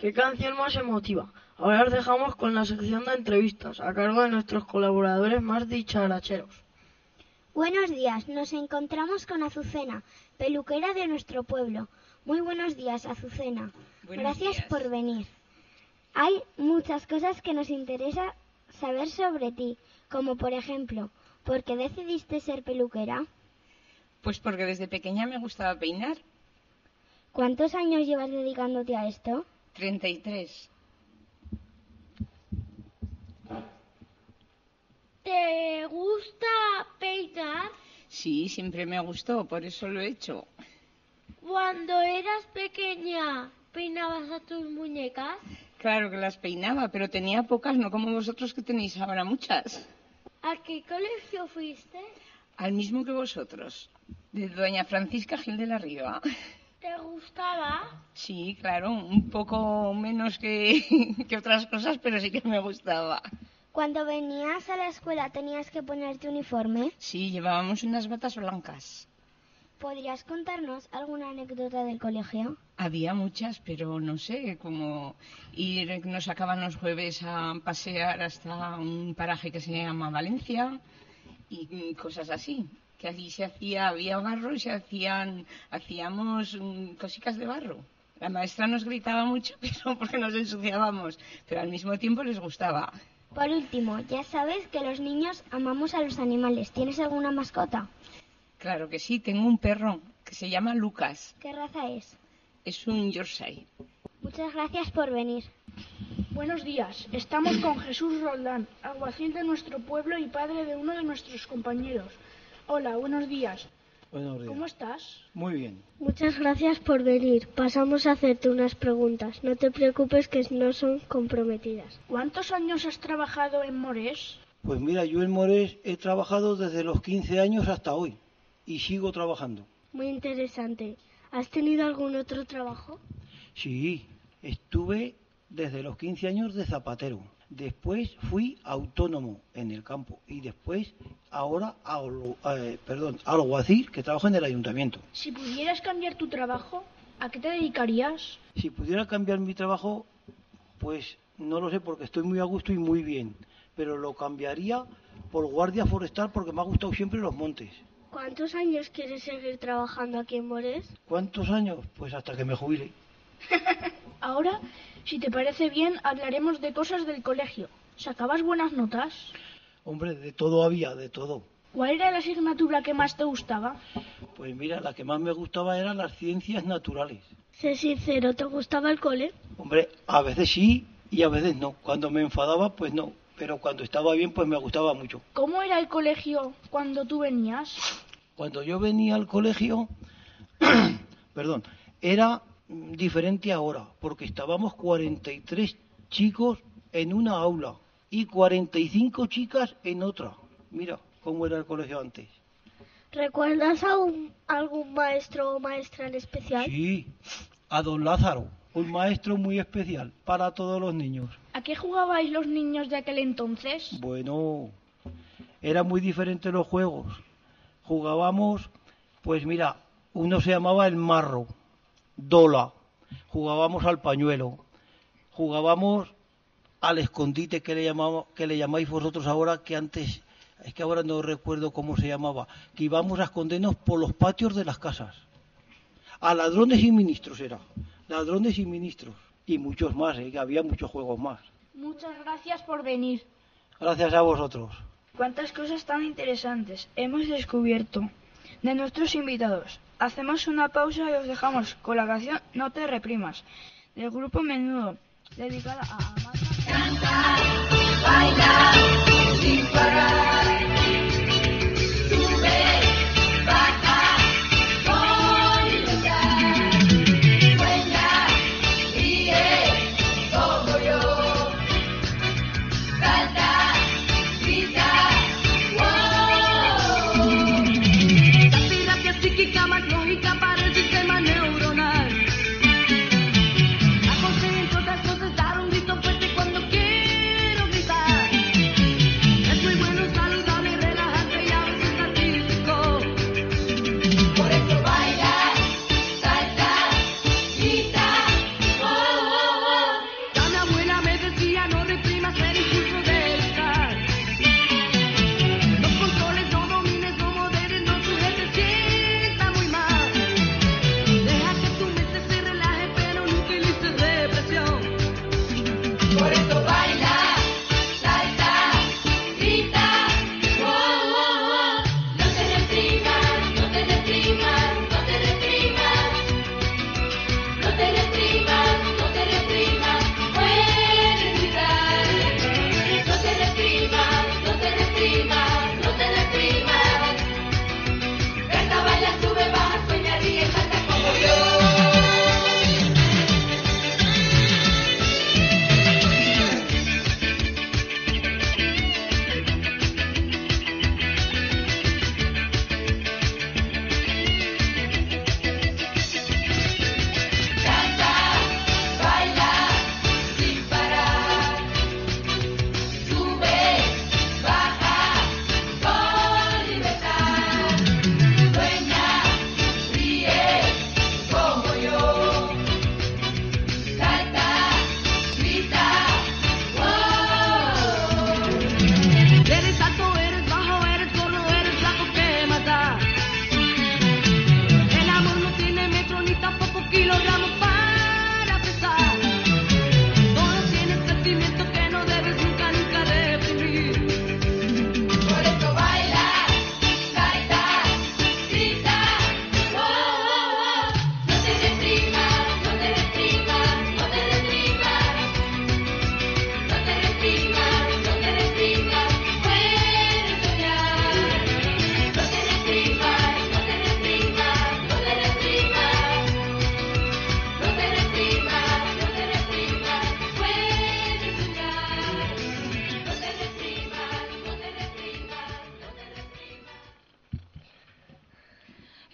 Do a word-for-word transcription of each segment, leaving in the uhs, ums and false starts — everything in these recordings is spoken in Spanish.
qué canción más emotiva. Ahora os dejamos con la sección de entrevistas, a cargo de nuestros colaboradores más dicharacheros. Buenos días, nos encontramos con Azucena, peluquera de nuestro pueblo. Muy buenos días, Azucena. Buenos Gracias días. por venir. Hay muchas cosas que nos interesa saber sobre ti, como por ejemplo, ¿por qué decidiste ser peluquera? Pues porque desde pequeña me gustaba peinar. ¿Cuántos años llevas dedicándote a esto? treinta y tres. ¿Te gusta peinar? Sí, siempre me gustó, por eso lo he hecho. Cuando eras pequeña, ¿peinabas a tus muñecas? Claro que las peinaba, pero tenía pocas, no como vosotros que tenéis ahora muchas. ¿A qué colegio fuiste? Al mismo que vosotros, de doña Francisca Gil de la Riva. ¿Te gustaba? Sí, claro, un poco menos que, que otras cosas, pero sí que me gustaba. Cuando venías a la escuela tenías que ponerte uniforme. Sí, llevábamos unas batas blancas. ¿Podrías contarnos alguna anécdota del colegio? Había muchas, pero no sé, como ir, nos sacaban los jueves a pasear hasta un paraje que se llama Valencia y cosas así. Que allí se hacía, había barro y se hacían, hacíamos um, cositas de barro. La maestra nos gritaba mucho, pero porque nos ensuciábamos, pero al mismo tiempo les gustaba. Por último, ya sabes que los niños amamos a los animales. ¿Tienes alguna mascota? Claro que sí, tengo un perro que se llama Lucas. ¿Qué raza es? Es un Yorkshire. Muchas gracias por venir. Buenos días, estamos con Jesús Roldán, alguacil de nuestro pueblo y padre de uno de nuestros compañeros. Hola, buenos días. Buenos días. ¿Cómo estás? Muy bien. Muchas gracias por venir. Pasamos a hacerte unas preguntas. No te preocupes que no son comprometidas. ¿Cuántos años has trabajado en Morés? Pues mira, yo en Morés he trabajado desde los quince años hasta hoy y sigo trabajando. Muy interesante. ¿Has tenido algún otro trabajo? Sí, estuve desde los quince años de zapatero. Después fui autónomo en el campo y después ahora eh, perdón, alguacil que trabaja en el ayuntamiento. Si pudieras cambiar tu trabajo, ¿a qué te dedicarías? Si pudiera cambiar mi trabajo, pues no lo sé porque estoy muy a gusto y muy bien, pero lo cambiaría por guardia forestal porque me ha gustado siempre los montes. ¿Cuántos años quieres seguir trabajando aquí en Morés? ¿Cuántos años? Pues hasta que me jubile. Ahora, si te parece bien, hablaremos de cosas del colegio. ¿Sacabas buenas notas? Hombre, de todo había, de todo. ¿Cuál era la asignatura que más te gustaba? Pues mira, la que más me gustaba eran las ciencias naturales. Sé sincero, ¿te gustaba el cole? Hombre, a veces sí y a veces no. Cuando me enfadaba, pues no. Pero cuando estaba bien, pues me gustaba mucho. ¿Cómo era el colegio cuando tú venías? Cuando yo venía al colegio, perdón, era diferente ahora, porque estábamos cuarenta y tres chicos en una aula y cuarenta y cinco chicas en otra. Mira cómo era el colegio antes. ¿Recuerdas a un, algún maestro o maestra en especial? Sí, a don Lázaro, un maestro muy especial para todos los niños. ¿A qué jugabais los niños de aquel entonces? Bueno, eran muy diferentes los juegos. Jugábamos, pues mira, uno se llamaba el marro, dola, jugábamos al pañuelo, jugábamos al escondite que le llamamos, que le llamáis vosotros ahora, que antes, es que ahora no recuerdo cómo se llamaba, que íbamos a escondernos por los patios de las casas. A ladrones y ministros era, ladrones y ministros, y muchos más, ¿eh? Que había muchos juegos más. Muchas gracias por venir. Gracias a vosotros. ¿Cuántas cosas tan interesantes hemos descubierto de nuestros invitados? Hacemos una pausa y os dejamos con la canción No te reprimas, del grupo Menudo, dedicada a Amanda. Cantar, bailar, sin parar. Sube, baja, con libertad. Sueña, ríe, como yo. Canta, grita, wow. La terapia psíquica más lógica para el sistema neuronal. Aconsejo entre otras cosas dar un grito fuerte cuando quiero gritar. Es muy bueno.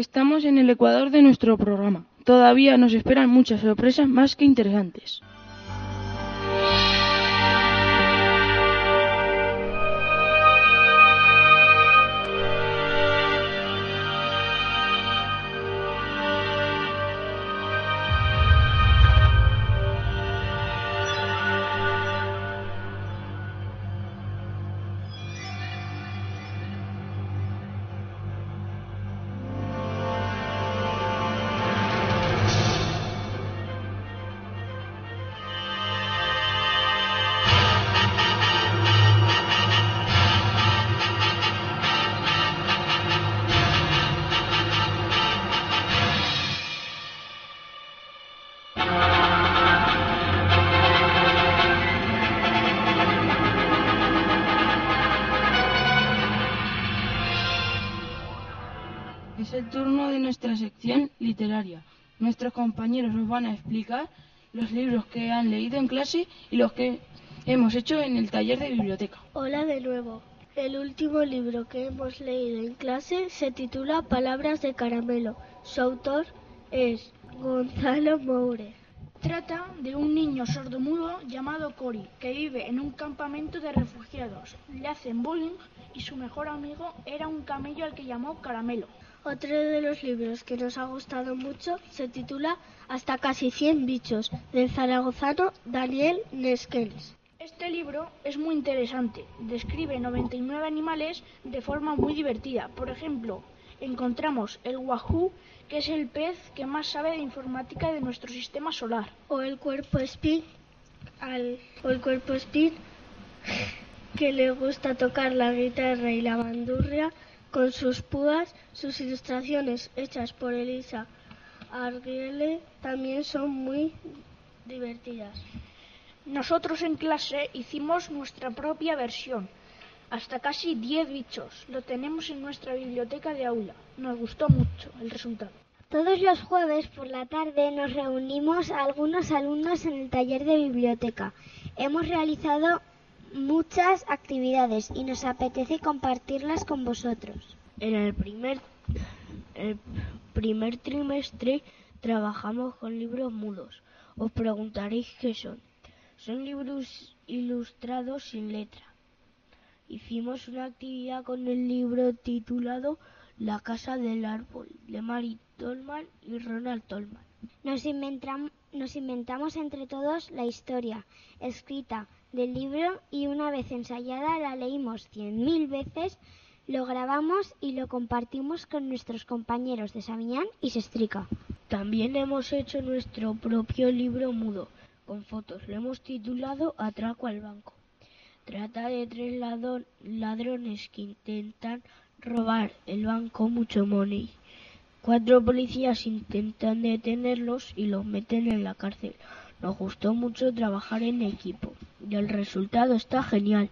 Estamos en el ecuador de nuestro programa. Todavía nos esperan muchas sorpresas más que interesantes. Es el turno de nuestra sección literaria. Nuestros compañeros os van a explicar los libros que han leído en clase y los que hemos hecho en el taller de biblioteca. Hola de nuevo. El último libro que hemos leído en clase se titula Palabras de caramelo. Su autor es Gonzalo Moure. Trata de un niño sordomudo llamado Cory, que vive en un campamento de refugiados. Le hacen bullying y su mejor amigo era un camello al que llamó Caramelo. Otro de los libros que nos ha gustado mucho se titula Hasta casi cien bichos, del zaragozano Daniel Neskens. Este libro es muy interesante. Describe noventa y nueve animales de forma muy divertida. Por ejemplo, encontramos el wahoo, que es el pez que más sabe de informática de nuestro sistema solar. O el cuerpo espín, al, o el cuerpo espín, que le gusta tocar la guitarra y la bandurria con sus púas. Sus ilustraciones hechas por Elisa Arguelle también son muy divertidas. Nosotros en clase hicimos nuestra propia versión, hasta casi diez bichos. Lo tenemos en nuestra biblioteca de aula. Nos gustó mucho el resultado. Todos los jueves por la tarde nos reunimos algunos alumnos en el taller de biblioteca. Hemos realizado muchas actividades y nos apetece compartirlas con vosotros. En el primer, el primer trimestre trabajamos con libros mudos. Os preguntaréis qué son. Son libros ilustrados sin letra. Hicimos una actividad con el libro titulado La casa del árbol, de Mary Tolman y Ronald Tolman. Nos, inventam- nos inventamos entre todos la historia escrita del libro y una vez ensayada la leímos cien mil veces, lo grabamos y lo compartimos con nuestros compañeros de Samiñán y Sestrica. También hemos hecho nuestro propio libro mudo con fotos. Lo hemos titulado Atraco al banco. Trata de tres ladron- ladrones que intentan robar el banco Mucho Money. Cuatro policías intentan detenerlos y los meten en la cárcel. Nos gustó mucho trabajar en equipo y el resultado está genial.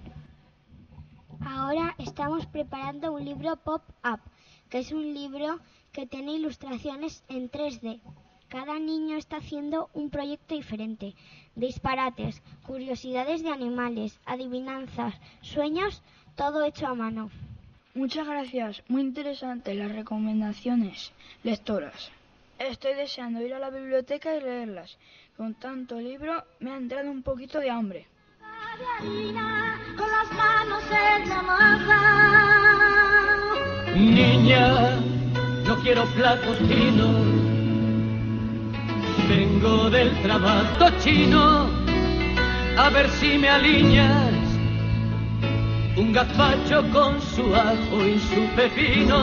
Ahora estamos preparando un libro pop-up, que es un libro que tiene ilustraciones en tres D. Cada niño está haciendo un proyecto diferente. Disparates, curiosidades de animales, adivinanzas, sueños, todo hecho a mano. Muchas gracias, muy interesantes las recomendaciones lectoras. Estoy deseando ir a la biblioteca y leerlas. Con tanto libro me ha entrado un poquito de hambre. Con las manos en la masa. Niña, no quiero platos finos. Vengo del trabajo chino. A ver si me alineas un gazpacho con su ajo y su pepino.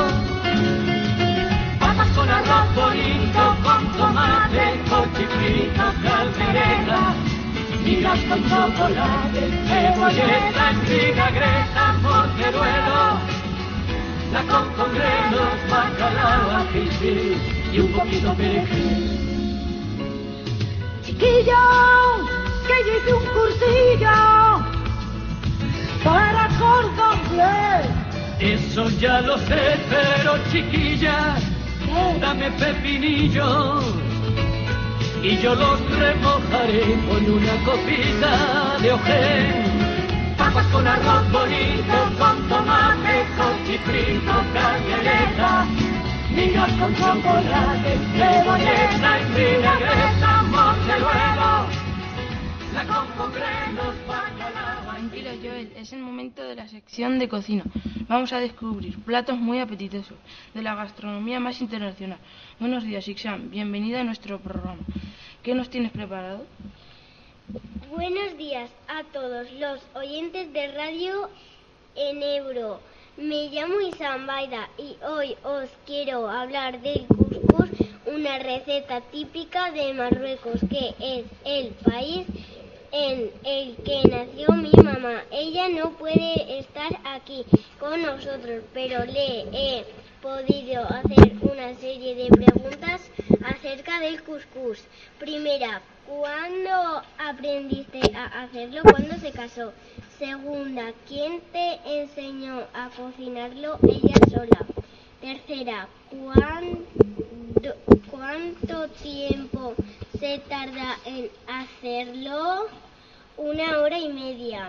Papas con arroz bonito, con tomate, cochifrito, caldereta, migas con chocolate, cebolleta, vinagreta, morteruelo, la con con grelos, bacalao, ají y un poquito perejil. Chiquillo, que yo hice un cursillo para cordobés. Eso ya lo sé, pero chiquilla, dame pepinillos y yo los remojaré con una copita de ojén. Papas con arroz bonito, con tomate, con chifrito, caldereta, niños con chocolate, cebolleta y vinagre, de luego, la compondré en los paños. Tranquilo, Joel, es el momento de la sección de cocina. Vamos a descubrir platos muy apetitosos de la gastronomía más internacional. Buenos días, Ixam, bienvenida a nuestro programa. ¿Qué nos tienes preparado? Buenos días a todos los oyentes de Radio Enebro. Me llamo Ixam Baida y hoy os quiero hablar del cuscús, una receta típica de Marruecos, que es el país en el que nació mi mamá. Ella no puede estar aquí con nosotros, pero le he podido hacer una serie de preguntas acerca del cuscús. Primera, ¿cuándo aprendiste a hacerlo? ¿Cuándo se casó? Segunda, ¿quién te enseñó a cocinarlo? Ella sola. Tercera, ¿cuánto, cuánto tiempo se tarda en hacerlo? Una hora y media.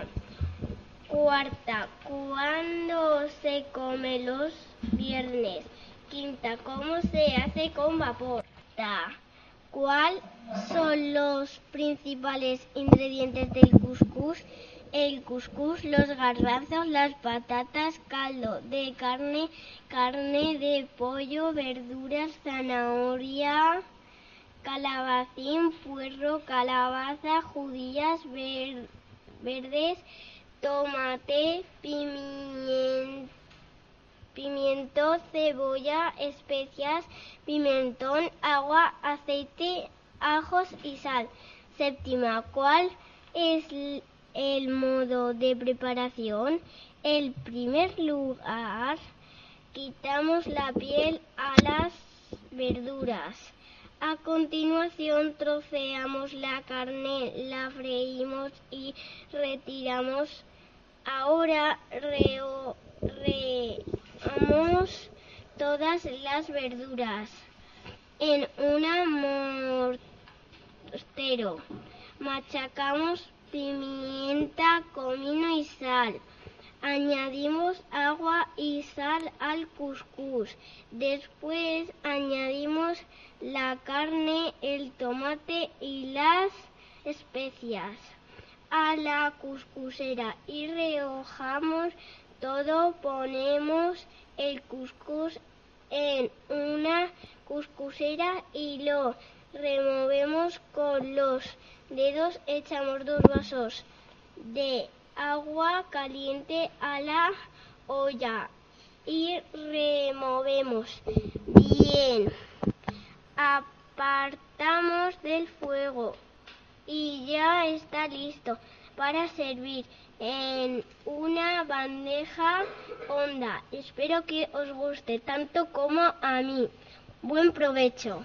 Cuarta, ¿cuándo se come los viernes? Quinta, ¿cómo se hace con vapor? ¿Cuáles son los principales ingredientes del cuscús? El cuscús, los garbanzos, las patatas, caldo de carne, carne de pollo, verduras, zanahoria, calabacín, puerro, calabaza, judías ver, verdes, tomate, pimiento, pimiento, cebolla, especias, pimentón, agua, aceite, ajos y sal. Séptima, ¿cuál es el modo de preparación? En primer lugar, quitamos la piel a las verduras. A continuación, troceamos la carne, la freímos y retiramos. Ahora reo, reamos todas las verduras en un mortero. Machacamos pimienta, comino y sal. Añadimos agua y sal al cuscús. Después añadimos la carne, el tomate y las especias a la cuscusera y rehojamos todo. Ponemos el cuscús en una cuscusera y lo removemos con los dedos. Echamos dos vasos de agua caliente a la olla y removemos bien. Apartamos del fuego y ya está listo para servir en una bandeja honda. Espero que os guste tanto como a mí. Buen provecho.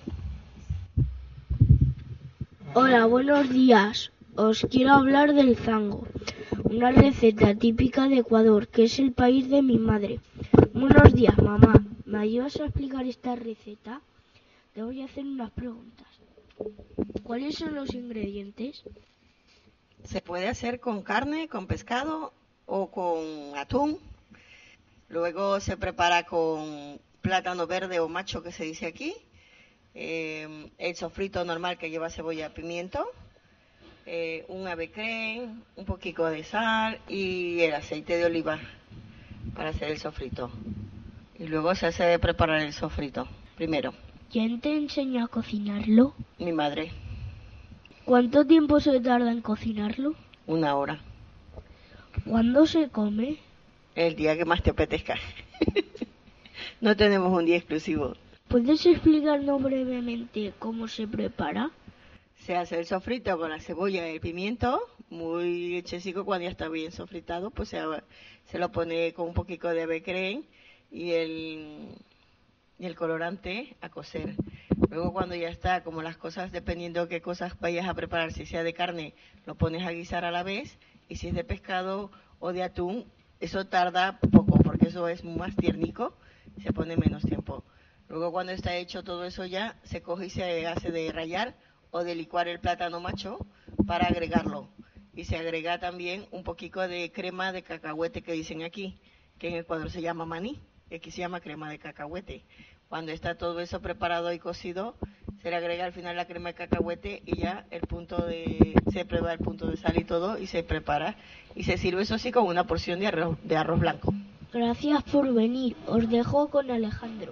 Hola, buenos días. Os quiero hablar del zango, una receta típica de Ecuador, que es el país de mi madre. Buenos días, mamá. ¿Me ayudas a explicar esta receta? Te voy a hacer unas preguntas. ¿Cuáles son los ingredientes? Se puede hacer con carne, con pescado o con atún. Luego se prepara con plátano verde o macho, que se dice aquí. Eh, el sofrito normal, que lleva cebolla, pimiento. Eh, un ave creme, un poquito de sal y el aceite de oliva para hacer el sofrito. Y luego se hace preparar el sofrito primero. ¿Quién te enseñó a cocinarlo? Mi madre. ¿Cuánto tiempo se tarda en cocinarlo? Una hora. ¿Cuándo se come? El día que más te apetezca. No tenemos un día exclusivo. ¿Puedes explicarnos brevemente cómo se prepara? Se hace el sofrito con la cebolla y el pimiento, muy hechecico. Cuando ya está bien sofritado, pues se, se lo pone con un poquito de ave creme y el, y el colorante a cocer. Luego, cuando ya está, como las cosas, dependiendo qué cosas vayas a preparar, si sea de carne, lo pones a guisar a la vez, y si es de pescado o de atún, eso tarda poco, porque eso es más tiernico, se pone menos tiempo. Luego, cuando está hecho todo eso ya, se coge y se hace de rallar o de licuar el plátano macho para agregarlo. Y se agrega también un poquito de crema de cacahuete, que dicen aquí, que en Ecuador se llama maní, y aquí se llama crema de cacahuete. Cuando está todo eso preparado y cocido, se le agrega al final la crema de cacahuete y ya el punto de se prueba el punto de sal y todo y se prepara y se sirve eso sí con una porción de arroz, de arroz blanco. Gracias por venir. Os dejo con Alejandro.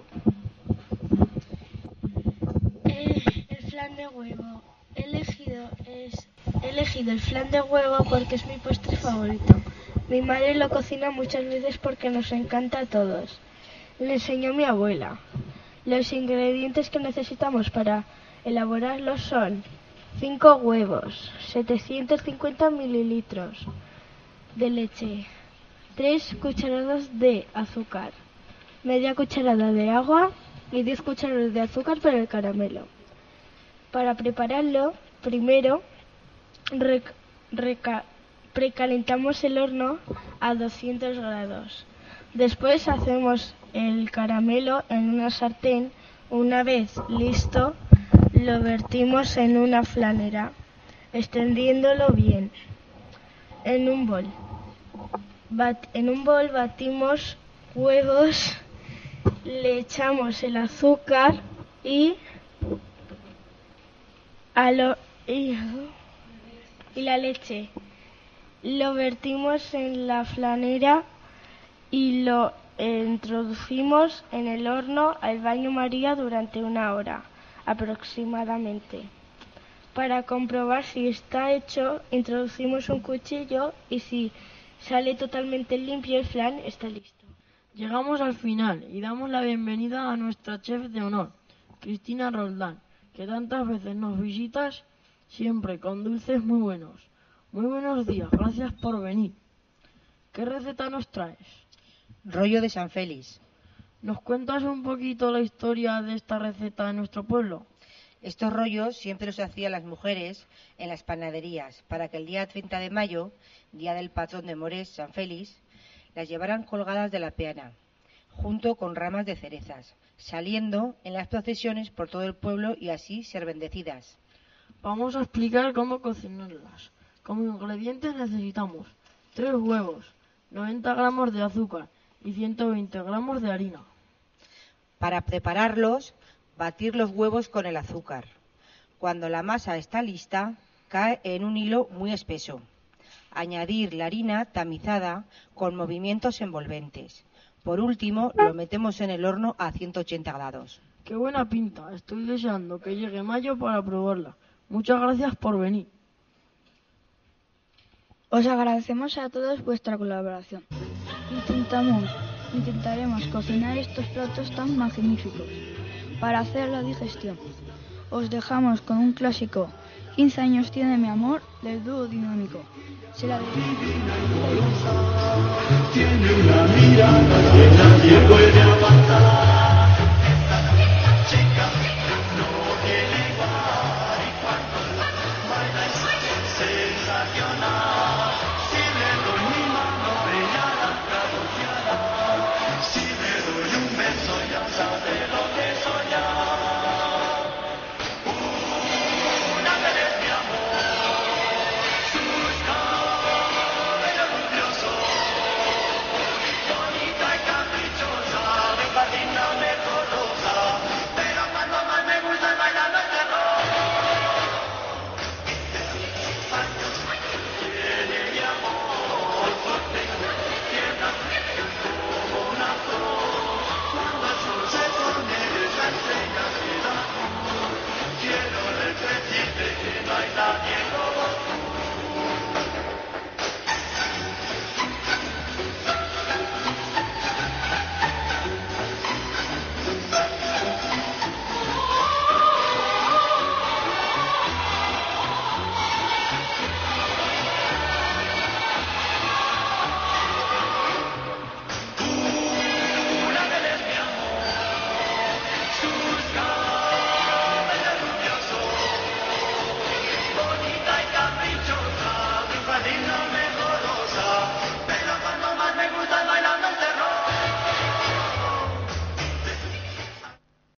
Eh, el flan de huevo. He elegido, es, he elegido el flan de huevo porque es mi postre favorito. Mi madre lo cocina muchas veces porque nos encanta a todos. Le enseñó mi abuela. Los ingredientes que necesitamos para elaborarlo son cinco huevos, setecientos cincuenta mililitros de leche, tres cucharadas de azúcar, media cucharada de agua y diez cucharadas de azúcar para el caramelo. Para prepararlo, primero rec- reca- precalentamos el horno a doscientos grados. Después hacemos el caramelo en una sartén. Una vez listo, lo vertimos en una flanera, extendiéndolo bien. En un bol. Bat- en un bol batimos huevos, le echamos el azúcar y, a lo, y, y la leche. Lo vertimos en la flanera y lo introducimos en el horno al baño María durante una hora aproximadamente. Para comprobar si está hecho, introducimos un cuchillo y si sale totalmente limpio el flan está listo. Llegamos al final y damos la bienvenida a nuestra chef de honor, Cristina Roldán, que tantas veces nos visitas, siempre con dulces muy buenos. Muy buenos días, gracias por venir. ¿Qué receta nos traes? Rollo de San Félix. ¿Nos cuentas un poquito la historia de esta receta de nuestro pueblo? Estos rollos siempre los hacían las mujeres en las panaderías para que el día treinta de mayo, día del patrón de Morés, San Félix, las llevaran colgadas de la peana, junto con ramas de cerezas, saliendo en las procesiones por todo el pueblo y así ser bendecidas. Vamos a explicar cómo cocinarlas. Como ingredientes necesitamos tres huevos, noventa gramos de azúcar y ciento veinte gramos de harina. Para prepararlos, batir los huevos con el azúcar. Cuando la masa está lista, cae en un hilo muy espeso. Añadir la harina tamizada con movimientos envolventes. Por último, lo metemos en el horno a ciento ochenta grados. ¡Qué buena pinta! Estoy deseando que llegue mayo para probarla. Muchas gracias por venir. Os agradecemos a todos vuestra colaboración. Intentamos, intentaremos cocinar estos platos tan magníficos. Para hacer la digestión, os dejamos con un clásico, quince años tiene mi amor, del dúo dinámico. Se la dedicamos. Tiene una mirada que nadie puede aguantar.